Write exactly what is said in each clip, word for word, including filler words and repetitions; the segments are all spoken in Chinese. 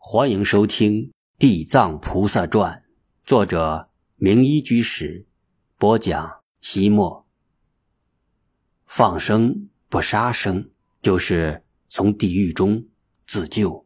欢迎收听《地藏菩萨传》，作者明一居士，播讲西莫。放生不杀生，就是从地狱中自救。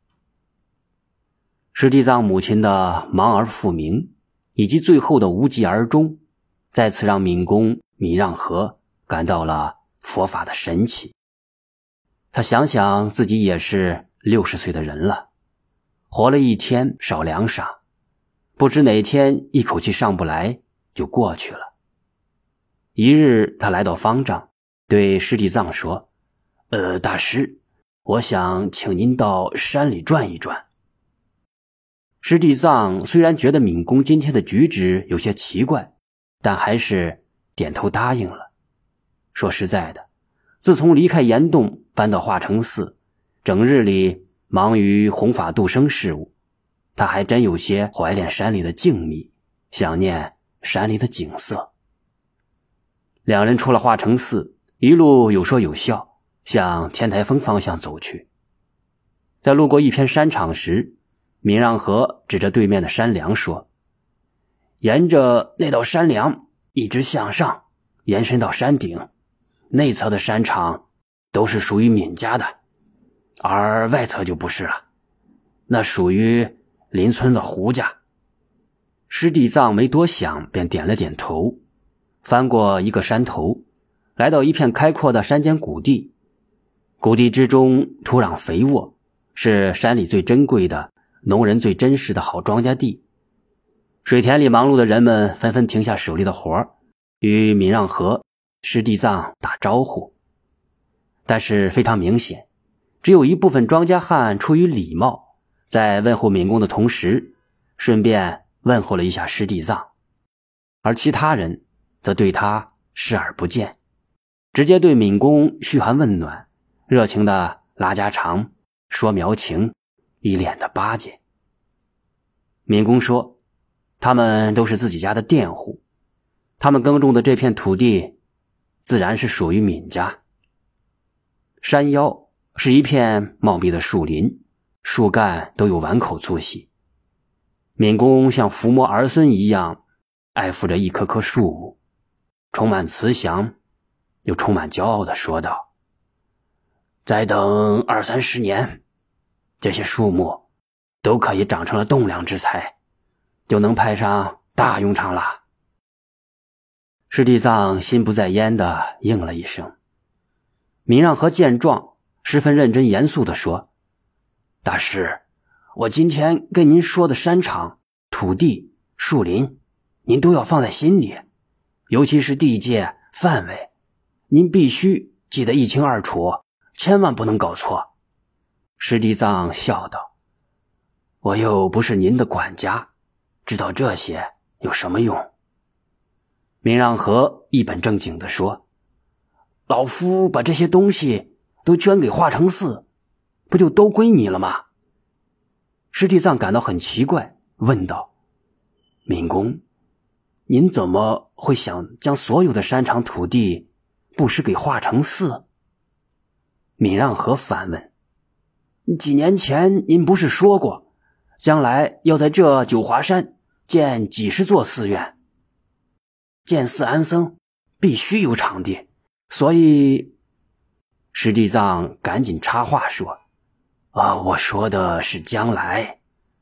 师地藏母亲的忙而复明，以及最后的无疾而终，再次让敏公米让河感到了佛法的神奇。他想想自己也是六十岁的人了，活了一天少两晌，不知哪天一口气上不来就过去了。一日他来到方丈，对师地藏说：呃，大师，我想请您到山里转一转。师地藏虽然觉得敏公今天的举止有些奇怪，但还是点头答应了。说实在的，自从离开岩洞搬到化成寺，整日里忙于弘法度生事务，他还真有些怀念山里的静谧，想念山里的景色。两人出了化成寺，一路有说有笑，向天台峰方向走去。在路过一片山场时，闵让河指着对面的山梁说：沿着那道山梁一直向上延伸到山顶，内侧的山场都是属于闵家的，而外侧就不是了，那属于邻村的胡家。师地藏没多想，便点了点头，翻过一个山头，来到一片开阔的山间谷地。谷地之中土壤肥沃，是山里最珍贵的，农人最珍视的好庄稼地。水田里忙碌的人们纷纷停下手里的活，与闵让河、师地藏打招呼。但是非常明显，只有一部分庄稼汉出于礼貌，在问候闵公的同时，顺便问候了一下师地藏，而其他人则对他视而不见，直接对闵公嘘寒问暖，热情的拉家常，说苗情，一脸的巴结。闵公说，他们都是自己家的佃户，他们耕种的这片土地自然是属于闵家。山腰是一片茂密的树林，树干都有碗口粗细。闵公像抚摸儿孙一样爱抚着一棵棵树木，充满慈祥又充满骄傲地说道：再等二三十年，这些树木都可以长成了栋梁之材，就能派上大用场了。师地藏心不在焉地应了一声。闵让河见状，十分认真严肃地说：大师，我今天跟您说的山场、土地、树林，您都要放在心里，尤其是地界范围，您必须记得一清二楚，千万不能搞错。师地藏笑道：我又不是您的管家，知道这些有什么用？闵让河一本正经地说：老夫把这些东西都捐给化成寺，不就都归你了吗？师地藏感到很奇怪，问道：闵公，您怎么会想将所有的山场土地布施给化成寺？闵让河反问：几年前您不是说过，将来要在这九华山建几十座寺院，建寺安僧必须有场地，所以……师地藏赶紧插话说：啊，我说的是将来。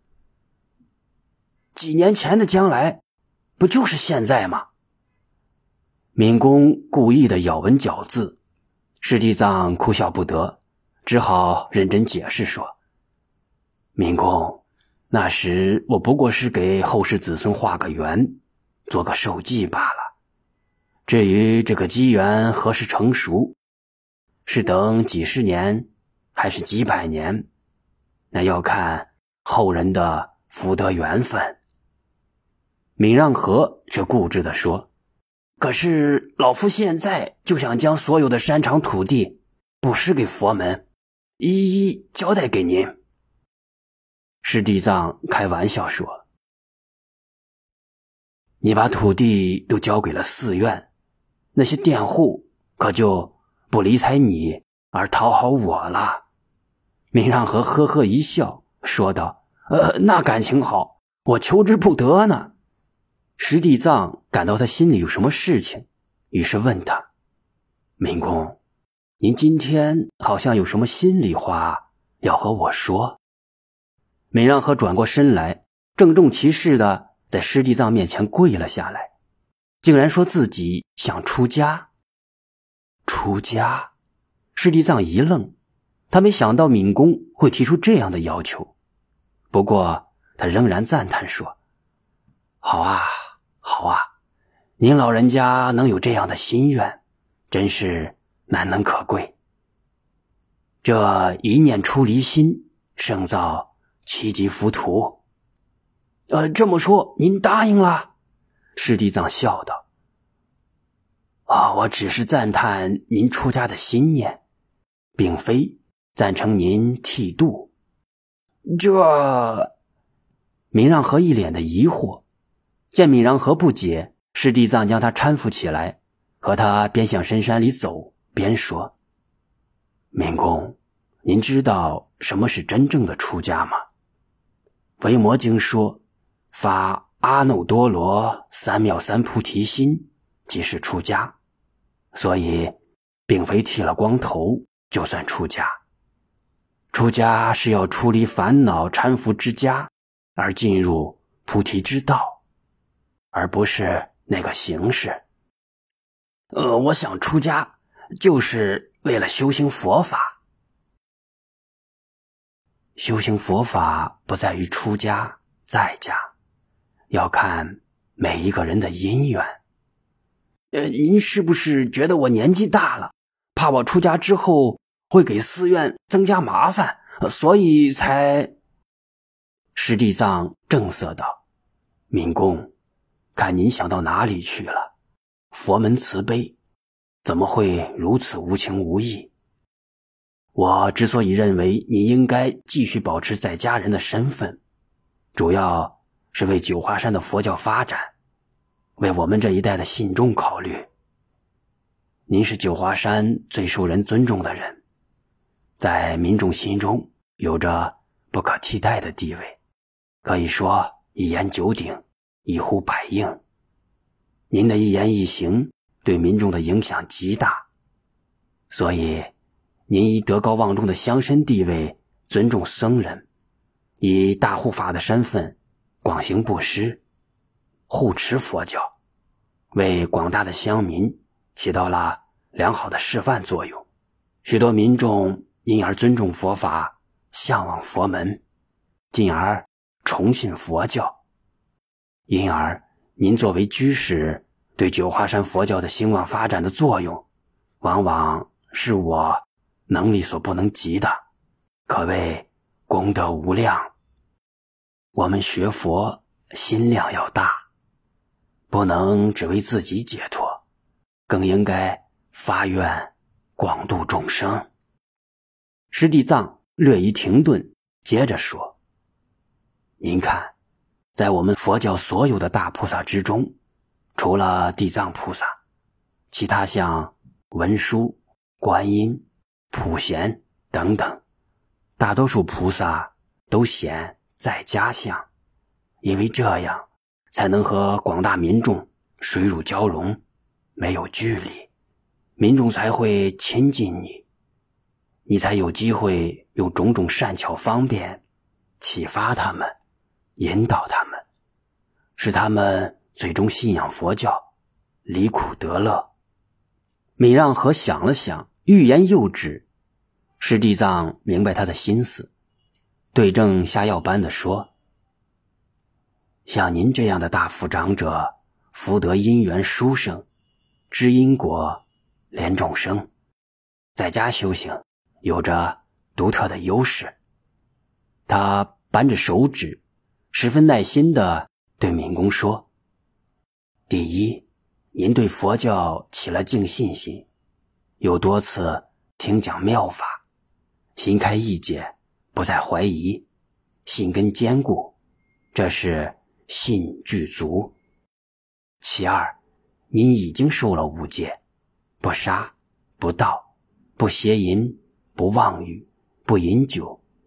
几年前的将来，不就是现在吗？闵公故意的咬文嚼字，师地藏哭笑不得，只好认真解释说：闵公，那时我不过是给后世子孙画个圆，做个寿记罢了。至于这个机缘何时成熟，是等几十年还是几百年，那要看后人的福德缘分。闵让河却固执地说：可是老夫现在就想将所有的山场土地布施给佛门，一一交代给您。师地藏开玩笑说：你把土地都交给了寺院，那些佃户可就不理睬你而讨好我了。闵让河呵呵一笑， 说道：“呃，那感情好，我求之不得呢。”石地藏感到他心里有什么事情，于是问他：“明公，您今天好像有什么心里话要和我说？”美让和转过身来，郑重其事地在石地藏面前跪了下来，竟然说自己想出家。出家？石地藏一愣，他没想到闵公会提出这样的要求，不过他仍然赞叹说：“好啊，好啊，您老人家能有这样的心愿，真是难能可贵。这一念出离心，胜造七级浮屠。”呃，这么说您答应了？石地藏笑道：“啊，我只是赞叹您出家的心念，并非赞成您剃度。”这……闵让和一脸的疑惑，见闵让和不解，石地藏将他搀扶起来，和他边向深山里走边说：“闵公，您知道什么是真正的出家吗？维摩经说，发阿耨多罗三藐三菩提心即是出家，所以并非剃了光头就算出家。出家是要出离烦恼搀扶之家，而进入菩提之道，而不是那个形式。呃，我想出家就是为了修行佛法。修行佛法不在于出家在家，要看每一个人的因缘。呃，您是不是觉得我年纪大了，怕我出家之后会给寺院增加麻烦，所以才……石地藏正色道：“闵公，看您想到哪里去了？佛门慈悲，怎么会如此无情无义？我之所以认为你应该继续保持在家人的身份，主要是为九华山的佛教发展，为我们这一代的信众考虑。您是九华山最受人尊重的人，在民众心中有着不可替代的地位，可以说一言九鼎，一呼百应。您的一言一行对民众的影响极大，所以您以德高望重的乡绅地位尊重僧人，以大护法的身份广行布施，护持佛教，为广大的乡民起到了良好的示范作用。许多民众因而尊重佛法，向往佛门，进而崇信佛教。因而您作为居士，对九华山佛教的兴旺发展的作用，往往是我能力所不能及的，可谓功德无量。我们学佛心量要大，不能只为自己解脱，更应该发愿广度众生。石地藏略一停顿，接着说：“您看，在我们佛教所有的大菩萨之中，除了地藏菩萨，其他像文殊、观音、普贤等等，大多数菩萨都显在家相，因为这样才能和广大民众水乳交融，没有距离，民众才会亲近你，你才有机会用种种善巧方便启发他们，引导他们，使他们最终信仰佛教，离苦得乐。”米让和想了想，欲言又止。石地藏明白他的心思，对症下药般地说：“像您这样的大福长者，福德因缘殊胜，知因果，怜众生，在家修行有着独特的优势。”他扳着手指，十分耐心地对闵公说：“第一，您对佛教起了敬信心，有多次听讲妙法，心开意解，不再怀疑，信根坚固，这是信具足。其二，您已经受了五戒，不杀，不盗，不邪淫，不妄语，不饮酒，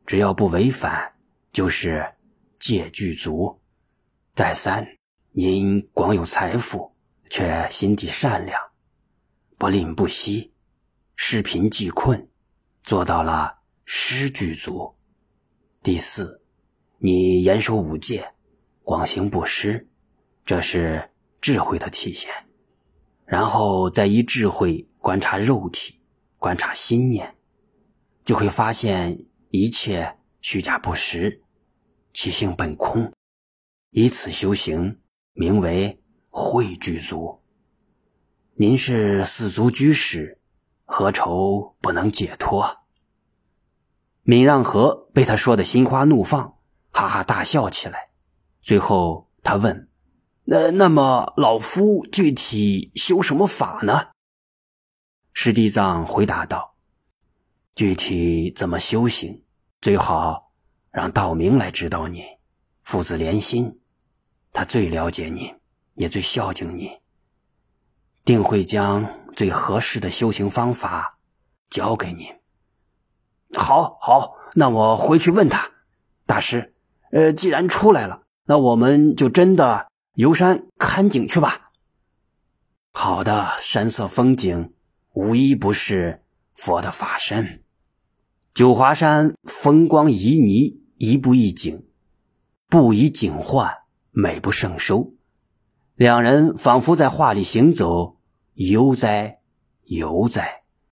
只要不违反，就是戒具足。再三，您广有财富，却心地善良，不吝不惜，施贫济困，做到了施具足。第四，你严守五戒，广行布施，这是智慧的体现。然后再依智慧观察肉体，观察心念，就会发现一切虚假不实，其性本空，以此修行，名为慧具足。您是四足居士，何愁不能解脱？闵让和被他说得心花怒放，哈哈大笑起来。最后他问，那那么老夫具体修什么法呢？师地藏回答道，具体怎么修行，最好让道明来指导你，父子连心，他最了解您，也最孝敬您，定会将最合适的修行方法教给您。好好，那我回去问他。大师，呃，既然出来了，那我们就真的游山看景去吧。好的山色风景，无一不是佛的法身。九华山风光旖旎，一步一景，不以景换，美不胜收。两人仿佛在画里行走，悠哉悠哉。